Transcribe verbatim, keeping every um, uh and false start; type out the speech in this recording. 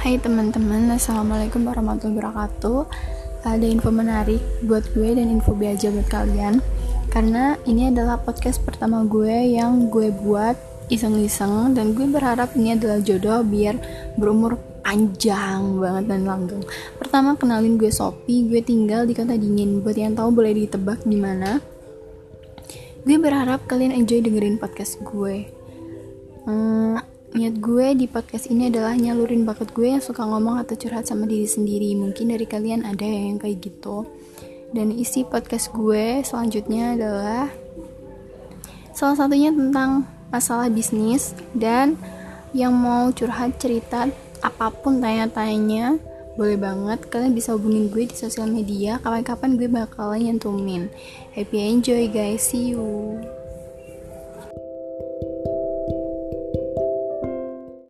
Hai teman-teman, assalamualaikum warahmatullahi wabarakatuh. Ada info menarik buat gue dan info biasa buat kalian. Karena ini adalah podcast pertama gue yang gue buat iseng-iseng, dan gue berharap ini adalah jodoh biar berumur panjang banget dan langgeng. Pertama, kenalin gue Sophie, gue tinggal di Kota Dingin. Buat yang tahu boleh ditebak di mana. Gue berharap kalian enjoy dengerin podcast gue. Hmm, Niat gue di podcast ini adalah nyalurin bakat gue yang suka ngomong atau curhat sama diri sendiri. Mungkin dari kalian ada yang kayak gitu. Dan isi podcast gue selanjutnya adalah salah satunya tentang masalah bisnis. Dan yang mau curhat, cerita, apapun tanya-tanya, boleh banget. Kalian bisa hubungin gue di sosial media. Kapan-kapan gue bakalan nyantumin. Happy enjoy guys, see you.